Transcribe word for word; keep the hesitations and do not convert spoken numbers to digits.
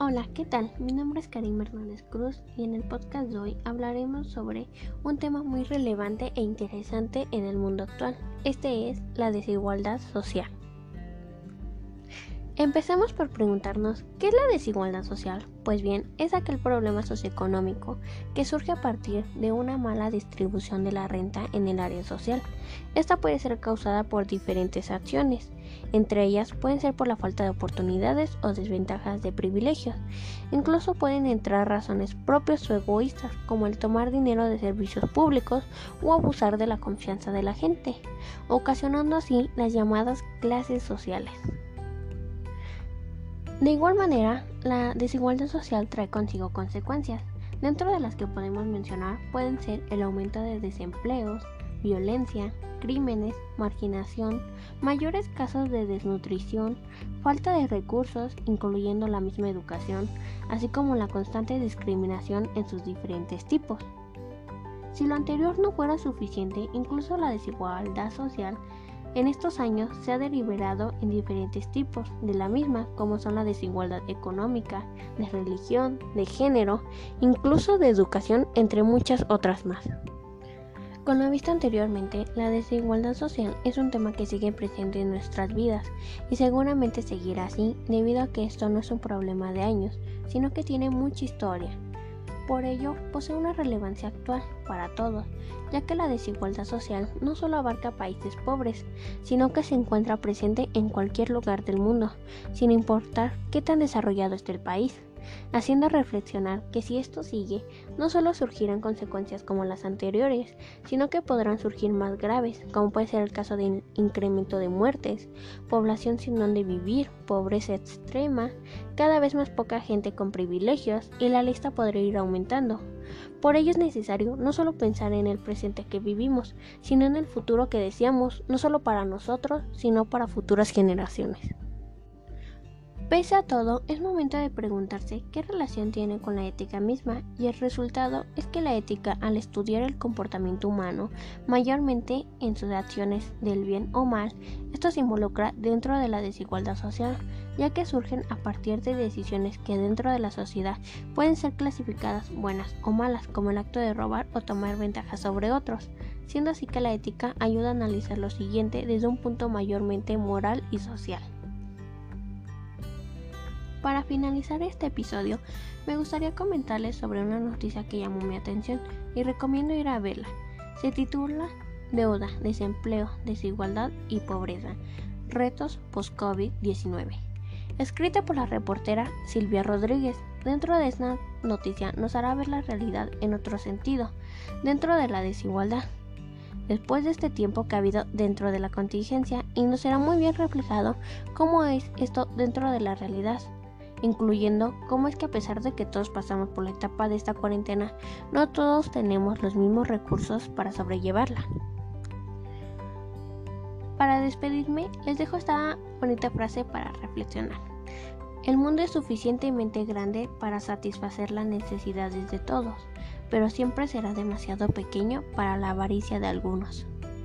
Hola, ¿qué tal? Mi nombre es Karim Hernández Cruz y en el podcast de hoy hablaremos sobre un tema muy relevante e interesante en el mundo actual. Este es la desigualdad social. Empecemos por preguntarnos, ¿qué es la desigualdad social? Pues bien, es aquel problema socioeconómico que surge a partir de una mala distribución de la renta en el área social. Esta puede ser causada por diferentes acciones. Entre ellas pueden ser por la falta de oportunidades o desventajas de privilegios. Incluso pueden entrar razones propias o egoístas, como el tomar dinero de servicios públicos o abusar de la confianza de la gente, ocasionando así las llamadas clases sociales. De igual manera, la desigualdad social trae consigo consecuencias, dentro de las que podemos mencionar pueden ser el aumento de desempleos, violencia, crímenes, marginación, mayores casos de desnutrición, falta de recursos, incluyendo la misma educación, así como la constante discriminación en sus diferentes tipos. Si lo anterior no fuera suficiente, incluso la desigualdad social en estos años se ha deliberado en diferentes tipos de la misma, como son la desigualdad económica, de religión, de género, incluso de educación, entre muchas otras más. Con lo visto anteriormente, la desigualdad social es un tema que sigue presente en nuestras vidas y seguramente seguirá así debido a que esto no es un problema de años, sino que tiene mucha historia. Por ello, posee una relevancia actual para todos, ya que la desigualdad social no solo abarca países pobres, sino que se encuentra presente en cualquier lugar del mundo, sin importar qué tan desarrollado esté el país, haciendo reflexionar que si esto sigue, no solo surgirán consecuencias como las anteriores, sino que podrán surgir más graves, como puede ser el caso de incremento de muertes, población sin donde vivir, pobreza extrema, cada vez más poca gente con privilegios, y la lista podría ir aumentando. Por ello es necesario no solo pensar en el presente que vivimos, sino en el futuro que deseamos, no solo para nosotros, sino para futuras generaciones. Pese a todo, es momento de preguntarse qué relación tiene con la ética misma, y el resultado es que la ética, al estudiar el comportamiento humano, mayormente en sus acciones del bien o mal, esto se involucra dentro de la desigualdad social, ya que surgen a partir de decisiones que dentro de la sociedad pueden ser clasificadas buenas o malas, como el acto de robar o tomar ventaja sobre otros, siendo así que la ética ayuda a analizar lo siguiente desde un punto mayormente moral y social. Para finalizar este episodio, me gustaría comentarles sobre una noticia que llamó mi atención y recomiendo ir a verla. Se titula Deuda, desempleo, desigualdad y pobreza, retos post-COVID diecinueve. Escrita por la reportera Silvia Rodríguez. Dentro de esta noticia nos hará ver la realidad en otro sentido, dentro de la desigualdad. Después de este tiempo que ha habido dentro de la contingencia, y nos será muy bien reflejado cómo es esto dentro de la realidad, incluyendo cómo es que a pesar de que todos pasamos por la etapa de esta cuarentena, no todos tenemos los mismos recursos para sobrellevarla. Para despedirme, les dejo esta bonita frase para reflexionar. El mundo es suficientemente grande para satisfacer las necesidades de todos, pero siempre será demasiado pequeño para la avaricia de algunos.